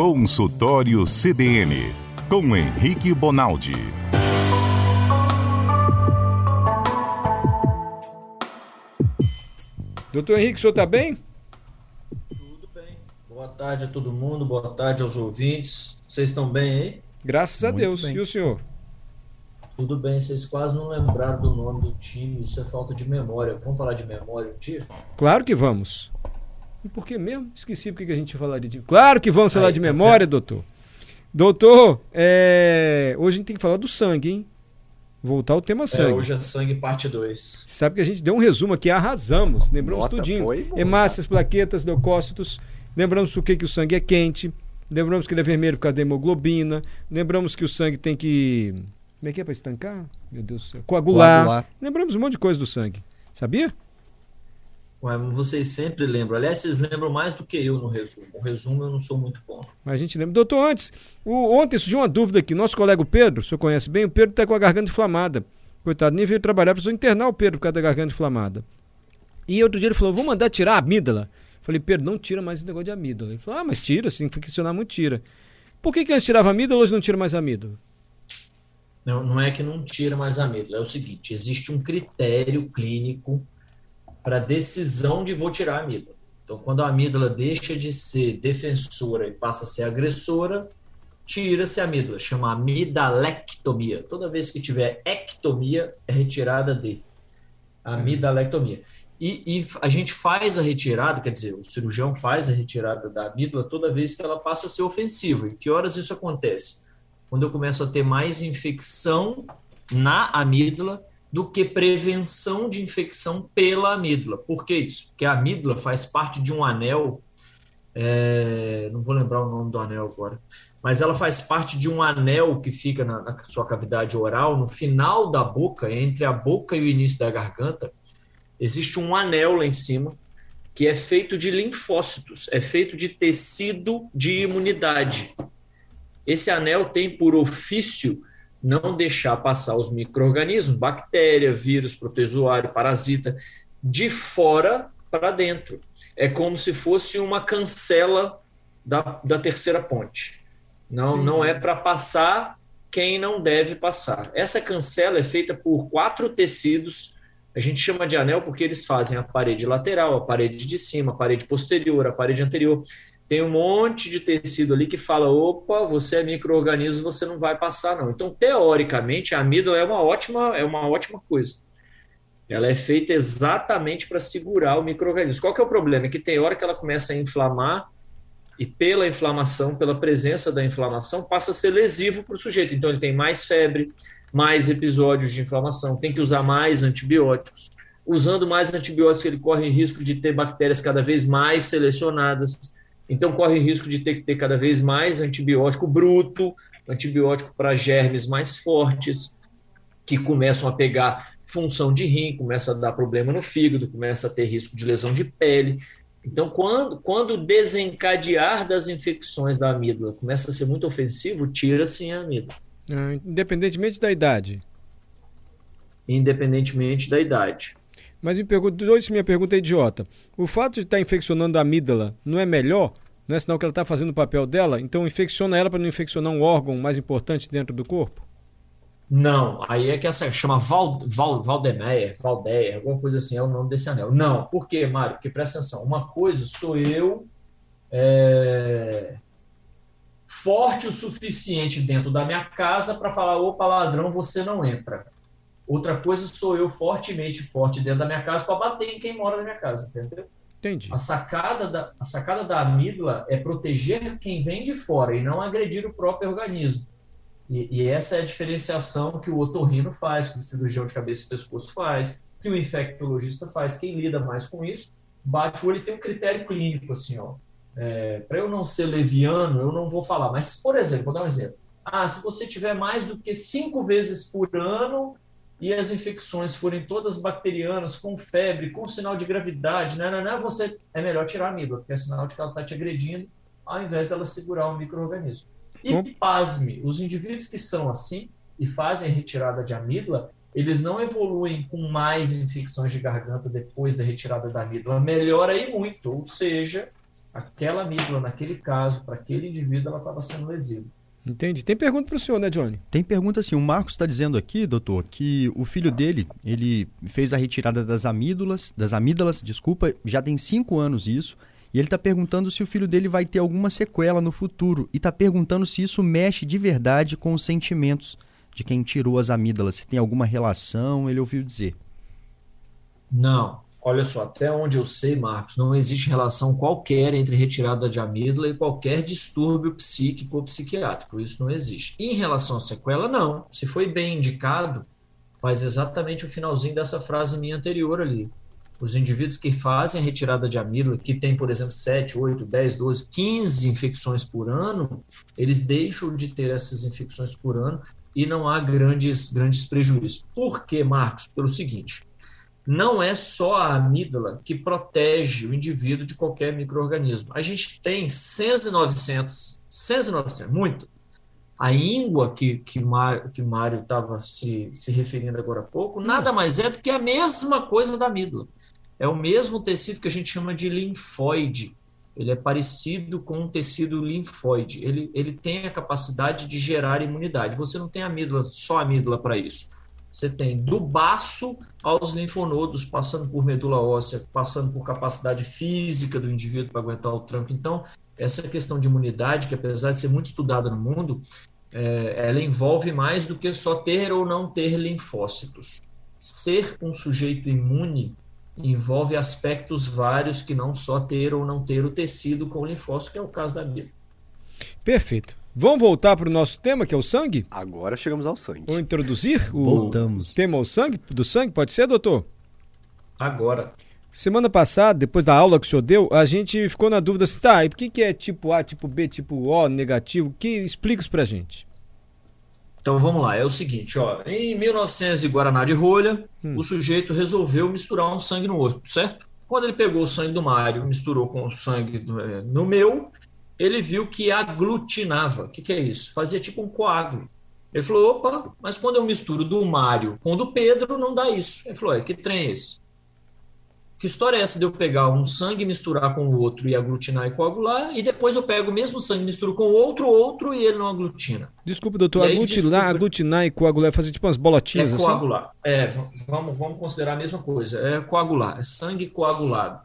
Consultório CBN, com Henrique Bonaldi. Doutor Henrique, o senhor está bem? Tudo bem. Boa tarde a todo mundo, boa tarde aos ouvintes. Vocês estão bem aí? Graças a Deus. Bem. E o senhor? Tudo bem, vocês quase não lembraram do nome do time, isso é falta de memória. Vamos falar de memória um dia? Claro que vamos. E por que mesmo? Esqueci porque que a gente falaria de... Claro que vamos falar de memória, doutor. Doutor, hoje a gente tem que falar do sangue, hein? Voltar ao tema sangue. Hoje é sangue parte 2. Você sabe que a gente deu um resumo aqui, arrasamos. Lembramos tudinho. Hemácias, plaquetas, leucócitos. Lembramos por que o sangue é quente. Lembramos que ele é vermelho por causa da hemoglobina. Lembramos que o sangue tem que... Como é que é para estancar? Meu Deus do céu. Coagular. Lembramos um monte de coisa do sangue. Sabia? Ué, vocês sempre lembram. Aliás, vocês lembram mais do que eu no resumo. O resumo eu não sou muito bom. Mas a gente lembra. Doutor, ontem surgiu uma dúvida aqui. Nosso colega Pedro, o senhor conhece bem, o Pedro está com a garganta inflamada. Coitado, nem veio trabalhar, precisou internar o Pedro por causa da garganta inflamada. E outro dia ele falou, vou mandar tirar a amígdala. Falei, Pedro, não tira mais esse negócio de amígdala. Ele falou, mas tira, se infeccionar muito, tira. Por que antes tirava a amígdala, hoje não tira mais a amígdala? Não é que não tira mais a amígdala. É o seguinte, existe um critério clínico para decisão de vou tirar a amígdala. Então, quando a amígdala deixa de ser defensora e passa a ser agressora, tira-se a amígdala, chama amidalectomia. Toda vez que tiver ectomia, é retirada de amidalectomia. E a gente faz a retirada, quer dizer, o cirurgião faz a retirada da amígdala toda vez que ela passa a ser ofensiva. Em que horas isso acontece? Quando eu começo a ter mais infecção na amígdala do que prevenção de infecção pela amígdala. Por que isso? Porque a amígdala faz parte de um anel, não vou lembrar o nome do anel agora, mas ela faz parte de um anel que fica na sua cavidade oral, no final da boca, entre a boca e o início da garganta, existe um anel lá em cima, que é feito de linfócitos, é feito de tecido de imunidade. Esse anel tem por ofício não deixar passar os micro-organismos, bactéria, vírus, protozoário, parasita, de fora para dentro. É como se fosse uma cancela da terceira ponte. Não é para passar quem não deve passar. Essa cancela é feita por 4 tecidos, a gente chama de anel porque eles fazem a parede lateral, a parede de cima, a parede posterior, a parede anterior. Tem um monte de tecido ali que fala, opa, você é micro-organismo, você não vai passar, não. Então, teoricamente, a amígdala é uma ótima coisa. Ela é feita exatamente para segurar o micro-organismo. Qual que é o problema? É que tem hora que ela começa a inflamar e pela inflamação, pela presença da inflamação, passa a ser lesivo para o sujeito. Então, ele tem mais febre, mais episódios de inflamação, tem que usar mais antibióticos. Usando mais antibióticos, ele corre risco de ter bactérias cada vez mais selecionadas. Então, corre o risco de ter que ter cada vez mais antibiótico bruto, antibiótico para germes mais fortes, que começam a pegar função de rim, começa a dar problema no fígado, começa a ter risco de lesão de pele. Então, quando o desencadear das infecções da amígdala começa a ser muito ofensivo, tira-se a amígdala. Independentemente da idade? Independentemente da idade. Mas minha pergunta é idiota. O fato de estar infeccionando a amígdala não é melhor? Não é sinal que ela está fazendo o papel dela? Então infecciona ela para não infeccionar um órgão mais importante dentro do corpo? Não, aí é que essa chama Valdemeyer, alguma coisa assim, é o nome desse anel. Não, por quê, Mário? Porque presta atenção, uma coisa sou eu forte o suficiente dentro da minha casa para falar, opa, ladrão, você não entra. Outra coisa sou eu fortemente forte dentro da minha casa para bater em quem mora na minha casa, entendeu? Entendi. A sacada da amígdala é proteger quem vem de fora e não agredir o próprio organismo. E essa é a diferenciação que o otorrino faz, que o cirurgião de cabeça e pescoço faz, que o infectologista faz. Quem lida mais com isso, bate o olho e tem um critério clínico, assim, ó. Para eu não ser leviano, eu não vou falar. Mas, por exemplo, vou dar um exemplo. Se você tiver mais do que 5 vezes por ano e as infecções forem todas bacterianas, com febre, com sinal de gravidade, você é melhor tirar a amígdala, porque é sinal de que ela está te agredindo, ao invés dela segurar um micro-organismo. E pasme, os indivíduos que são assim e fazem retirada de amígdala, eles não evoluem com mais infecções de garganta depois da retirada da amígdala. Melhora aí muito, ou seja, aquela amígdala, naquele caso, para aquele indivíduo, ela estava sendo lesiva. Entendi. Tem pergunta para o senhor, né, Johnny? Tem pergunta assim, o Marcos está dizendo aqui, doutor, que o filho dele, ele fez a retirada das amígdalas, já tem 5 anos isso, e ele está perguntando se o filho dele vai ter alguma sequela no futuro, e está perguntando se isso mexe de verdade com os sentimentos de quem tirou as amígdalas, se tem alguma relação, ele ouviu dizer. Não. Olha só, até onde eu sei, Marcos, não existe relação qualquer entre retirada de amígdala e qualquer distúrbio psíquico ou psiquiátrico. Isso não existe. Em relação à sequela, não. Se foi bem indicado, faz exatamente o finalzinho dessa frase minha anterior ali. Os indivíduos que fazem a retirada de amígdala, que tem, por exemplo, 7, 8, 10, 12, 15 infecções por ano, eles deixam de ter essas infecções por ano e não há grandes prejuízos. Por quê, Marcos? Pelo seguinte... Não é só a amígdala que protege o indivíduo de qualquer micro-organismo. A gente tem 100 e 900, muito. A íngua que Mário estava se referindo agora há pouco, nada mais é do que a mesma coisa da amígdala. É o mesmo tecido que a gente chama de linfóide. Ele é parecido com um tecido linfóide. Ele tem a capacidade de gerar imunidade. Você não tem amígdala, só amígdala para isso. Você tem do baço aos linfonodos, passando por medula óssea, passando por capacidade física do indivíduo para aguentar o tranco. Então, essa questão de imunidade, que apesar de ser muito estudada no mundo, ela envolve mais do que só ter ou não ter linfócitos. Ser um sujeito imune envolve aspectos vários que não só ter ou não ter o tecido com linfócito, que é o caso da amígdala. Perfeito. Vamos voltar para o nosso tema, que é o sangue? Agora chegamos ao sangue. Vamos introduzir Voltamos. o tema do sangue? Pode ser, doutor? Agora. Semana passada, depois da aula que o senhor deu, a gente ficou na dúvida assim, tá, e por que é tipo A, tipo B, tipo O, negativo? Explica isso pra gente. Então vamos lá, é o seguinte, ó, em 1900 e Guaraná de rolha, o sujeito resolveu misturar um sangue no outro, certo? Quando ele pegou o sangue do Mário, misturou com o sangue no meu, ele viu que aglutinava. O que é isso? Fazia tipo um coágulo. Ele falou, opa, mas quando eu misturo do Mário com o do Pedro, não dá isso. Ele falou, que trem é esse? Que história é essa de eu pegar um sangue, misturar com o outro e aglutinar e coagular, e depois eu pego o mesmo sangue, misturo com o outro e ele não aglutina? Desculpa, doutor, aglutinar e coagular é fazer tipo umas bolotinhas assim? Coagular. Vamos considerar a mesma coisa. É coagular, é sangue coagulado.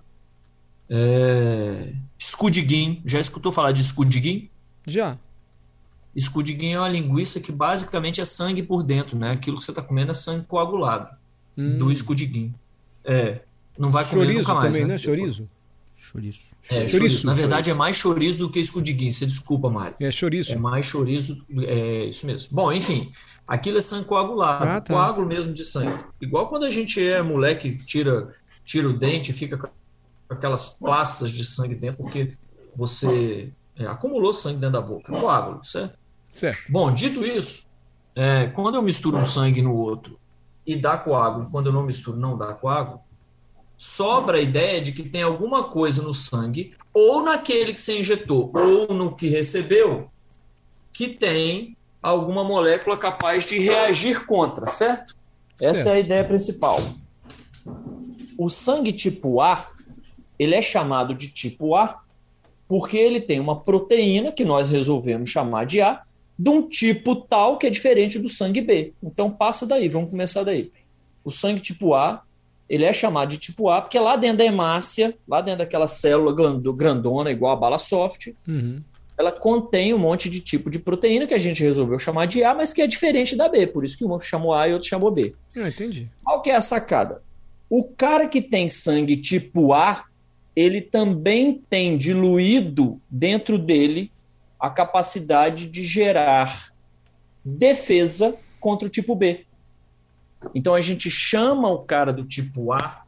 Escudiguim. Já escutou falar de escudiguim? Já. Escudiguim é uma linguiça que basicamente é sangue por dentro, né? Aquilo que você está comendo é sangue coagulado do escudiguim. Não vai comer chorizo nunca mais. Também, né? Chouriço? Chouriço. Na verdade, é mais chouriço do que escudiguim. Você desculpa, Mário. É chouriço. É mais chouriço, isso mesmo. Bom, enfim, aquilo é sangue coagulado, tá. coágulo mesmo de sangue. Igual quando a gente é moleque, tira o dente, fica com aquelas plastas de sangue dentro, porque você acumulou sangue dentro da boca. Coágulo, certo? Bom, dito isso, quando eu misturo um sangue no outro e dá coágulo, quando eu não misturo não dá coágulo, sobra a ideia de que tem alguma coisa no sangue, ou naquele que você injetou, ou no que recebeu, que tem alguma molécula capaz de reagir contra, certo? Essa é a ideia principal. O sangue tipo A, ele é chamado de tipo A porque ele tem uma proteína, que nós resolvemos chamar de A, de um tipo tal que é diferente do sangue B. Então passa daí, vamos começar daí. O sangue tipo A, ele é chamado de tipo A porque lá dentro da hemácia, lá dentro daquela célula grandona, igual a bala soft, ela contém um monte de tipo de proteína que a gente resolveu chamar de A, mas que é diferente da B, por isso que uma chamou A e outra chamou B. Entendi. Qual que é a sacada? O cara que tem sangue tipo A, ele também tem diluído dentro dele a capacidade de gerar defesa contra o tipo B. Então a gente chama o cara do tipo A,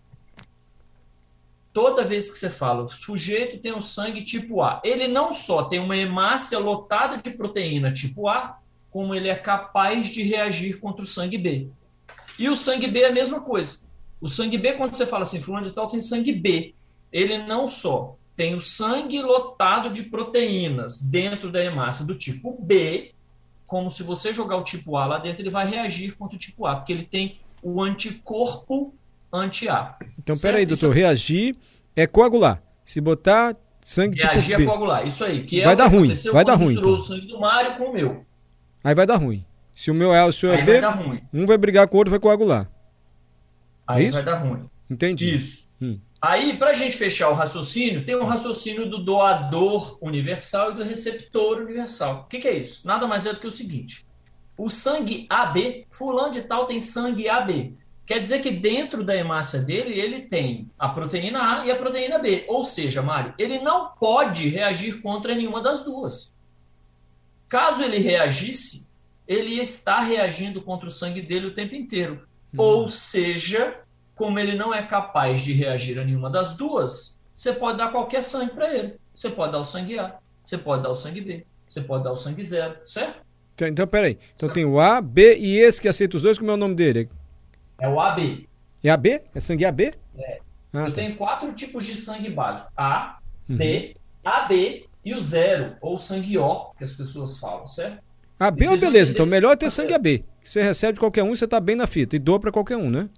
toda vez que você fala, o sujeito tem um sangue tipo A, ele não só tem uma hemácia lotada de proteína tipo A, como ele é capaz de reagir contra o sangue B. E o sangue B é a mesma coisa. O sangue B, quando você fala assim, fulano de tal tem sangue B, ele não só tem o sangue lotado de proteínas dentro da hemácia do tipo B, como se você jogar o tipo A lá dentro, ele vai reagir contra o tipo A, porque ele tem o anticorpo anti-A. Então, peraí, doutor, reagir é coagular. Se botar sangue reagir tipo B, é coagular, isso aí. Que vai é dar o que ruim, aconteceu vai dar quando ruim, misturou então. o sangue do Mário com o meu. Aí vai dar ruim. Se o meu é A, o seu é Aí B, vai dar ruim. um vai brigar com o outro, vai coagular. Aí isso? vai dar ruim. Entendi. Isso. Aí, para a gente fechar o raciocínio, tem um raciocínio do doador universal e do receptor universal. O que é isso? Nada mais é do que o seguinte. O sangue AB, fulano de tal tem sangue AB. Quer dizer que dentro da hemácia dele, ele tem a proteína A e a proteína B. Ou seja, Mário, ele não pode reagir contra nenhuma das duas. Caso ele reagisse, ele está reagindo contra o sangue dele o tempo inteiro. Ou seja, como ele não é capaz de reagir a nenhuma das duas, você pode dar qualquer sangue para ele. Você pode dar o sangue A, você pode dar o sangue B, você pode dar o sangue 0, certo? Então, peraí. Então tem o A, B e esse que aceita os dois, como é o nome dele? É o AB. É AB? É sangue AB? É. Eu tenho 4 tipos de sangue básico. A, B, AB e o 0, ou sangue O, que as pessoas falam, certo? AB é beleza, então melhor é ter sangue AB. Você recebe de qualquer um e você tá bem na fita. E doa para qualquer um, né?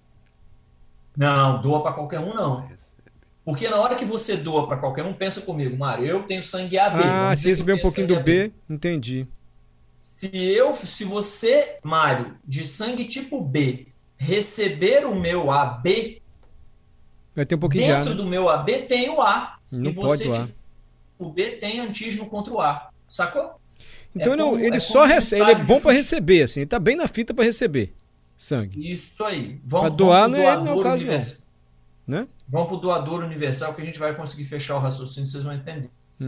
Não, doa para qualquer um não. Porque na hora que você doa para qualquer um, pensa comigo, Mário, eu tenho sangue AB. Se receber um pouquinho do B, entendi. Se você, Mário, de sangue tipo B, receber o meu AB, vai ter um pouquinho de A, dentro do meu AB tem o A. Não e pode você, o A. tipo B, tem antígeno contra o A. Sacou? Então ele só recebe, ele é bom para receber, assim, ele tá bem na fita para receber sangue. Isso aí. Para doar não é o caso universal. Né? Vamos para o doador universal que a gente vai conseguir fechar o raciocínio, vocês vão entender.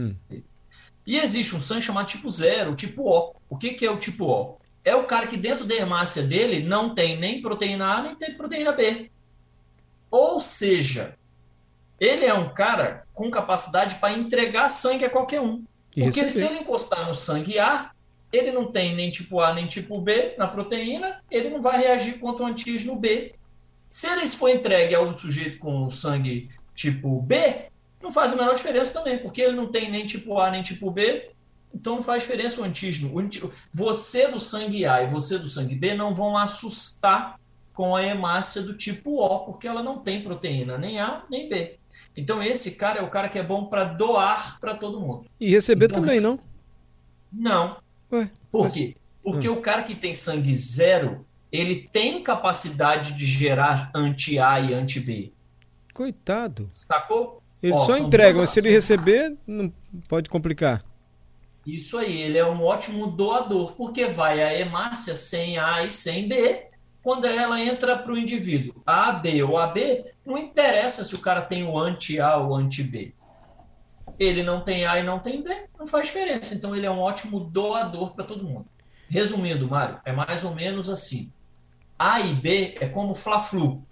E existe um sangue chamado tipo 0, o tipo O. O que é o tipo O? É o cara que dentro da hemácia dele não tem nem proteína A, nem tem proteína B. Ou seja, ele é um cara com capacidade para entregar sangue a qualquer um. Porque se ele encostar no sangue A, ele não tem nem tipo A, nem tipo B na proteína, ele não vai reagir contra o antígeno B. Se ele for entregue ao sujeito com sangue tipo B, não faz a menor diferença também, porque ele não tem nem tipo A, nem tipo B, então não faz diferença o antígeno. Você do sangue A e você do sangue B não vão assustar com a hemácia do tipo O, porque ela não tem proteína nem A, nem B. Então esse cara é o cara que é bom para doar para todo mundo. E receber então, também, não? Não. Ué, por quê? Porque o cara que tem sangue 0, ele tem capacidade de gerar anti-A e anti-B. Coitado. Sacou? Ele só entrega, mas se ele receber, não pode complicar. Isso aí, ele é um ótimo doador, porque vai a hemácia sem A e sem B. Quando ela entra para o indivíduo A, B ou AB, não interessa se o cara tem o anti-A ou anti-B. Ele não tem A e não tem B, não faz diferença. Então ele é um ótimo doador para todo mundo. Resumindo, Mário, é mais ou menos assim. A e B é como Fla-Flu.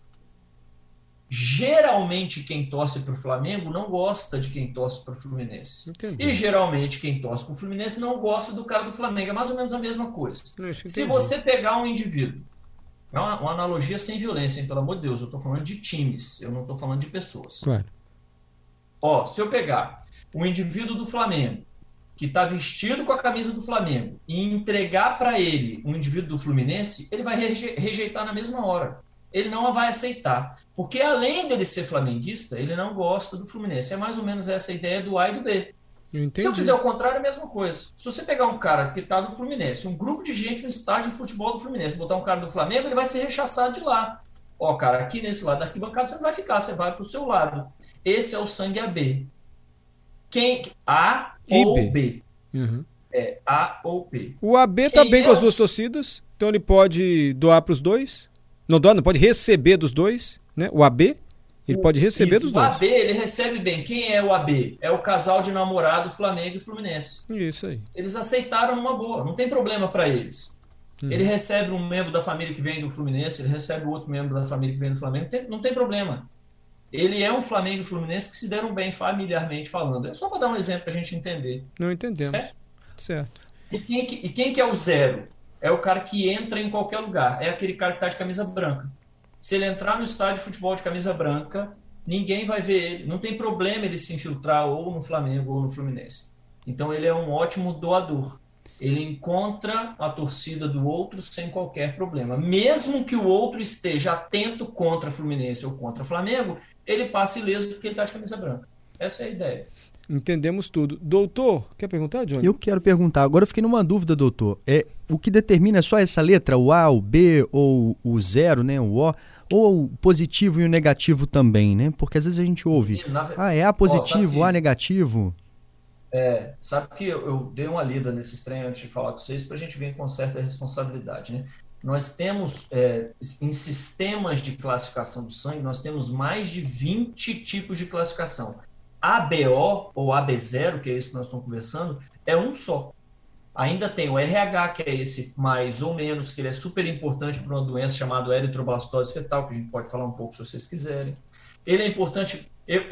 Geralmente quem torce para o Flamengo não gosta de quem torce para o Fluminense. Entendi. E geralmente quem torce para o Fluminense não gosta do cara do Flamengo. É mais ou menos a mesma coisa. Se você pegar um indivíduo, é uma analogia sem violência, hein? Pelo amor de Deus, eu estou falando de times, eu não estou falando de pessoas. Claro. Ó, se eu pegar um indivíduo do Flamengo que está vestido com a camisa do Flamengo e entregar para ele um indivíduo do Fluminense, ele vai rejeitar na mesma hora. Ele não a vai aceitar. Porque além dele ser flamenguista, ele não gosta do Fluminense. É mais ou menos essa ideia do A e do B. Se eu fizer o contrário, é a mesma coisa. Se você pegar um cara que está do Fluminense, um grupo de gente no estádio de futebol do Fluminense, botar um cara do Flamengo, ele vai ser rechaçado de lá. Ó, cara, aqui nesse lado da arquibancada você não vai ficar, você vai para o seu lado. Esse é o sangue AB. A ou B. É A ou B. O AB está bem com as duas torcidas, então ele pode doar para os dois. Não doar, não pode receber dos dois, né? O AB, ele pode receber dos dois. O AB, ele recebe bem. Quem é o AB? É o casal de namorado Flamengo e Fluminense. Isso aí. Eles aceitaram numa boa, não tem problema para eles. Ele recebe um membro da família que vem do Fluminense, ele recebe outro membro da família que vem do Flamengo, não tem problema. Ele é um Flamengo e Fluminense que se deram bem familiarmente falando. É só para dar um exemplo para a gente entender. Não entendemos. Certo. E quem que é o 0? É o cara que entra em qualquer lugar. É aquele cara que está de camisa branca. Se ele entrar no estádio de futebol de camisa branca, ninguém vai ver ele. Não tem problema ele se infiltrar ou no Flamengo ou no Fluminense. Então ele é um ótimo doador. ele encontra a torcida do outro sem qualquer problema. Mesmo que o outro esteja atento contra Fluminense ou contra Flamengo, ele passa ileso porque ele está de camisa branca. Essa é a ideia. Entendemos tudo. Doutor, quer perguntar, Johnny? Eu quero perguntar. Agora eu fiquei numa dúvida, doutor. O que determina é só essa letra, o A, o B ou o 0, né, o O, ou o positivo e o negativo também, né? Porque às vezes a gente ouve, é A positivo, A negativo. Sabe que eu dei uma lida nesse trem antes de falar com vocês para a gente ver com certa responsabilidade, né? Nós temos, em sistemas de classificação do sangue, nós temos mais de 20 tipos de classificação. ABO ou AB0, que é esse que nós estamos conversando, é um só. Ainda tem o RH, que é esse mais ou menos, que ele é super importante para uma doença chamada eritroblastose fetal, que a gente pode falar um pouco se vocês quiserem. Ele é importante.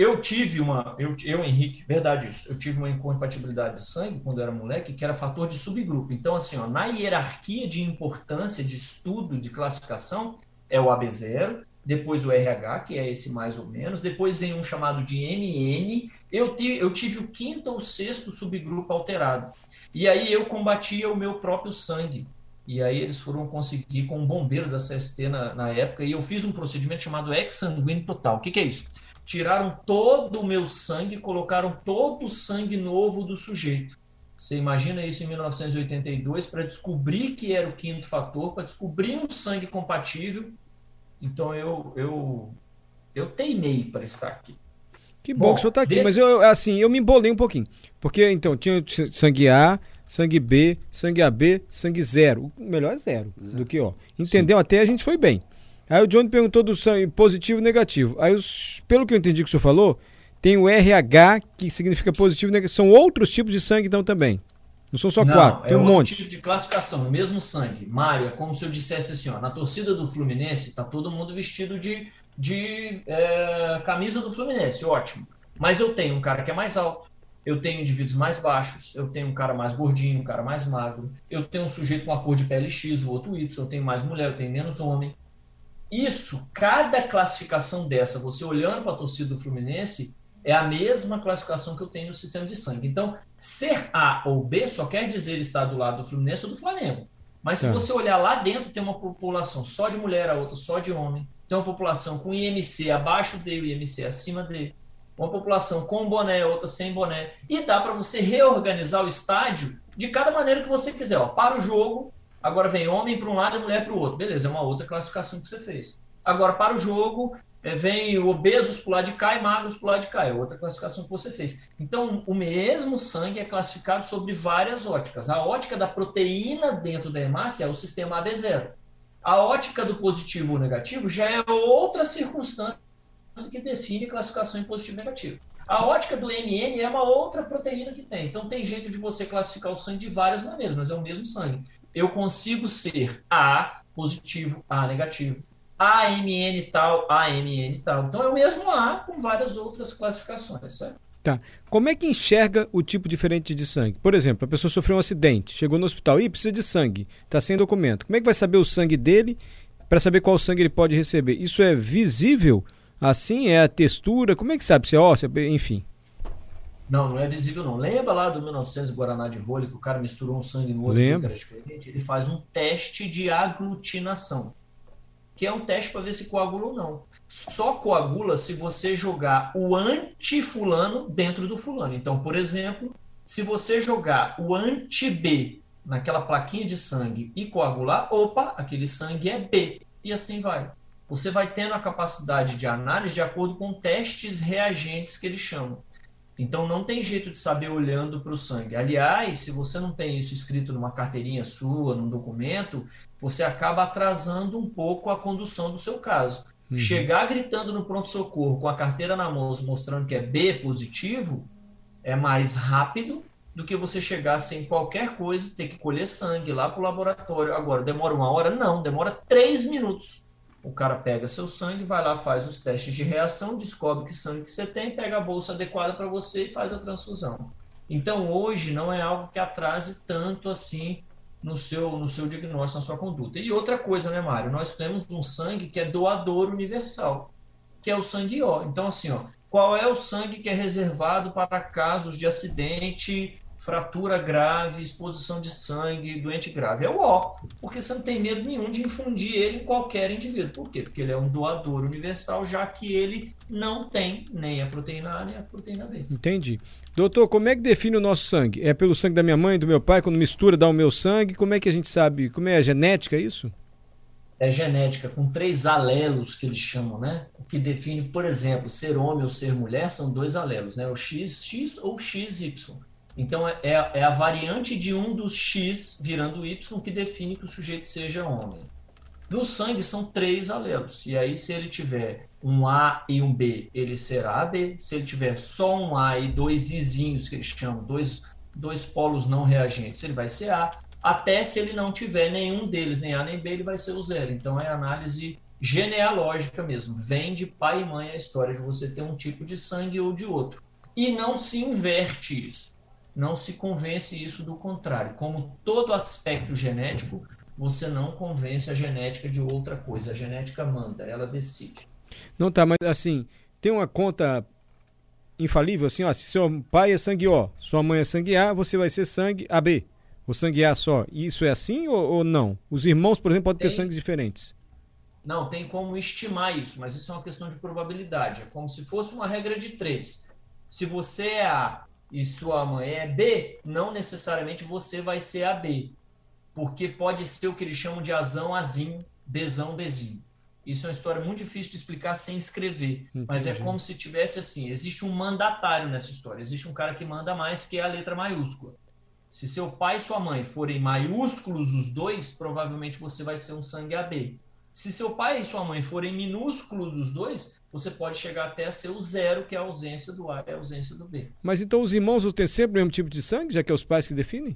Eu, Henrique, verdade isso, eu tive uma incompatibilidade de sangue quando eu era moleque, que era fator de subgrupo. Então, assim, na hierarquia de importância de estudo, de classificação, é o AB0, depois o RH, que é esse mais ou menos, depois vem um chamado de MN, eu tive o 5º ou 6º subgrupo alterado. E aí eu combatia o meu próprio sangue. E aí eles foram conseguir com um bombeiro da CST na época, e eu fiz um procedimento chamado exsanguíneo total. O que é isso? Tiraram todo o meu sangue, colocaram todo o sangue novo do sujeito. Você imagina isso em 1982, para descobrir que era o 5º fator, para descobrir um sangue compatível. Então eu teimei para estar aqui. Que bom que o senhor está aqui, mas eu me embolei um pouquinho. Porque então tinha sangue A, sangue B, sangue AB, sangue 0. O melhor é 0 do que O. Entendeu? Sim. Até a gente foi bem. Aí o Johnny perguntou do sangue positivo e negativo. Aí, pelo que eu entendi que o senhor falou, tem o RH, que significa positivo e negativo. São outros tipos de sangue, então, também. Não são só 4, tem um monte. Tipo de classificação, no mesmo sangue. Mário, é como se eu dissesse assim, na torcida do Fluminense, tá todo mundo vestido de camisa do Fluminense, ótimo. Mas eu tenho um cara que é mais alto, eu tenho indivíduos mais baixos, eu tenho um cara mais gordinho, um cara mais magro, eu tenho um sujeito com a cor de pele X, o outro Y, eu tenho mais mulher, eu tenho menos homem. Isso, cada classificação dessa, você olhando para a torcida do Fluminense, é a mesma classificação que eu tenho no sistema de sangue. Então, ser A ou B só quer dizer estar do lado do Fluminense ou do Flamengo. Mas se você olhar lá dentro, tem uma população só de mulher, a outra só de homem. Tem uma população com IMC abaixo dele, IMC acima dele. Uma população com boné, outra sem boné. E dá para você reorganizar o estádio de cada maneira que você quiser. Para o jogo, agora vem homem para um lado e mulher para o outro. Beleza, é uma outra classificação que você fez. Agora, para o jogo, vem obesos para o lado de cá e magros para o lado de cá. É outra classificação que você fez. Então, o mesmo sangue é classificado sobre várias óticas. A ótica da proteína dentro da hemácia é o sistema AB0. A ótica do positivo ou negativo já é outra circunstância que define classificação em positivo e negativo. A ótica do MN é uma outra proteína que tem. Então, tem jeito de você classificar o sangue de várias maneiras, mas é o mesmo sangue. Eu consigo ser A positivo, A negativo. AMN tal, AMN tal. Então é o mesmo A com várias outras classificações, certo? Tá. Como é que enxerga o tipo diferente de sangue? Por exemplo, a pessoa sofreu um acidente, chegou no hospital e precisa de sangue, está sem documento. Como é que vai saber o sangue dele para saber qual sangue ele pode receber? Isso é visível? Assim, é a textura? Como é que sabe se é ósseo, enfim? Não é visível não. Lembra lá do 1900 Guaraná de rolha que o cara misturou um sangue no outro que era diferente? Ele faz um teste de aglutinação, que é um teste para ver se coagula ou não. Só coagula se você jogar o anti-fulano dentro do fulano. Então, por exemplo, se você jogar o anti-B naquela plaquinha de sangue e coagular, opa, aquele sangue é B. E assim vai. Você vai tendo a capacidade de análise de acordo com testes reagentes que eles chamam. Então, não tem jeito de saber olhando para o sangue. Aliás, se você não tem isso escrito numa carteirinha sua, num documento, você acaba atrasando um pouco a condução do seu caso. Chegar gritando no pronto-socorro com a carteira na mão, mostrando que é B positivo, é mais rápido do que você chegar sem qualquer coisa, ter que colher sangue lá para o laboratório. Agora, demora 1 hora? Não, demora 3 minutos. O cara pega seu sangue, vai lá, faz os testes de reação, descobre que sangue que você tem, pega a bolsa adequada para você e faz a transfusão. Então, hoje, não é algo que atrase tanto assim no seu diagnóstico, na sua conduta. E outra coisa, né, Mário? Nós temos um sangue que é doador universal, que é o sangue O. Então, assim, qual é o sangue que é reservado para casos de acidente fratura grave, exposição de sangue, doente grave. É o O, porque você não tem medo nenhum de infundir ele em qualquer indivíduo. Por quê? Porque ele é um doador universal, já que ele não tem nem a proteína A nem a proteína B. Entendi. Doutor, como é que define o nosso sangue? É pelo sangue da minha mãe, do meu pai, quando mistura dá o meu sangue? Como é que a gente sabe? Como é a genética, é isso? É genética, com 3 alelos que eles chamam, né? O que define, por exemplo, ser homem ou ser mulher são 2 alelos, né? O XX ou XY. Então, é a variante de um dos X virando Y que define que o sujeito seja homem. No sangue são 3 alelos. E aí, se ele tiver um A e um B, ele será AB. Se ele tiver só um A e 2 Izinhos, que eles chamam, dois polos não reagentes, ele vai ser A. Até se ele não tiver nenhum deles, nem A nem B, ele vai ser o 0. Então, é análise genealógica mesmo. Vem de pai e mãe a história de você ter um tipo de sangue ou de outro. E não se inverte isso. Não se convence isso do contrário. Como todo aspecto genético, você não convence a genética de outra coisa. A genética manda, ela decide. Não tá, mas assim, tem uma conta infalível, assim, ó, se seu pai é sangue O, sua mãe é sangue A, você vai ser sangue AB, ou sangue A só. Isso é assim ou não? Os irmãos, por exemplo, podem ter sangues diferentes. Não, tem como estimar isso, mas isso é uma questão de probabilidade. É como se fosse uma regra de 3. Se você é A e sua mãe é B, não necessariamente você vai ser AB, porque pode ser o que eles chamam de Azão, Azinho, Bezão, Bezinho. Isso é uma história muito difícil de explicar sem escrever, mas é como se tivesse assim, existe um mandatário nessa história, existe um cara que manda mais, que é a letra maiúscula. Se seu pai e sua mãe forem maiúsculos os dois, provavelmente você vai ser um sangue AB. Se seu pai e sua mãe forem minúsculos dos dois, você pode chegar até a ser o 0, que é a ausência do A e a ausência do B. Mas então os irmãos vão ter sempre o mesmo tipo de sangue, já que é os pais que definem?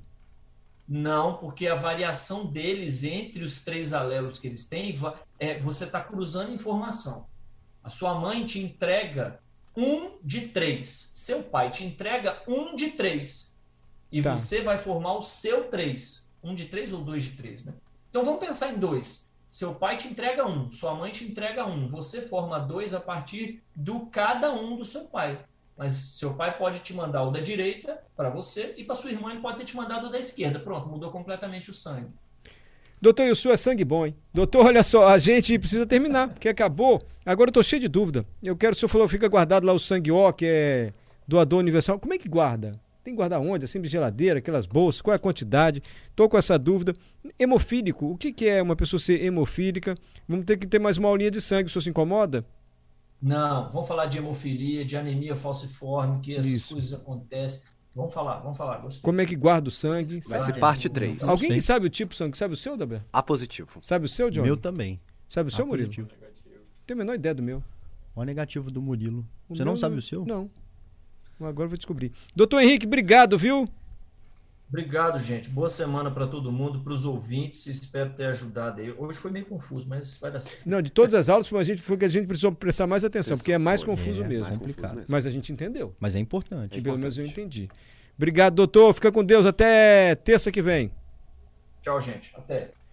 Não, porque a variação deles entre os 3 alelos que eles têm, você está cruzando informação. A sua mãe te entrega 1 de 3. Seu pai te entrega 1 de 3. E você vai formar o seu 3. 1 de 3 ou 2 de 3, né? Então vamos pensar em 2. Seu pai te entrega 1, sua mãe te entrega 1. Você forma 2 a partir do cada um do seu pai. Mas seu pai pode te mandar o da direita para você e para sua irmã ele pode ter te mandado o da esquerda. Pronto, mudou completamente o sangue. Doutor, e o seu é sangue bom, hein? Doutor, olha só, a gente precisa terminar, porque acabou. Agora eu tô cheio de dúvida. O senhor falou, fica guardado lá o sangue O, que é doador universal. Como é que guarda? Tem que guardar onde? Assim, de geladeira, aquelas bolsas, qual é a quantidade? Tô com essa dúvida. Hemofílico, o que é uma pessoa ser hemofílica? Vamos ter que ter mais uma aulinha de sangue, o senhor se incomoda? Não, vamos falar de hemofilia, de anemia falciforme, que essas coisas acontecem. Vamos falar. Gostei. Como é que guarda o sangue? Vai ser parte 3. Alguém que sabe o tipo de sangue? Sabe o seu, Daber? A positivo. Sabe o seu, John? Meu também. Sabe o seu, Murilo? Positivo. Tenho a menor ideia do meu. O negativo do Murilo. O Você meu não sabe o seu? Não. Agora eu vou descobrir. Doutor Henrique, obrigado, viu? Obrigado, gente. Boa semana para todo mundo, para os ouvintes. Espero ter ajudado aí. Hoje foi meio confuso, mas vai dar certo. Não, de todas as aulas foi que a gente precisou prestar mais atenção, porque é mais confuso mesmo. mais complicado. mesmo. Mas a gente entendeu. Mas é importante. E pelo menos eu entendi. Obrigado, doutor. Fica com Deus. Até terça que vem. Tchau, gente. Até.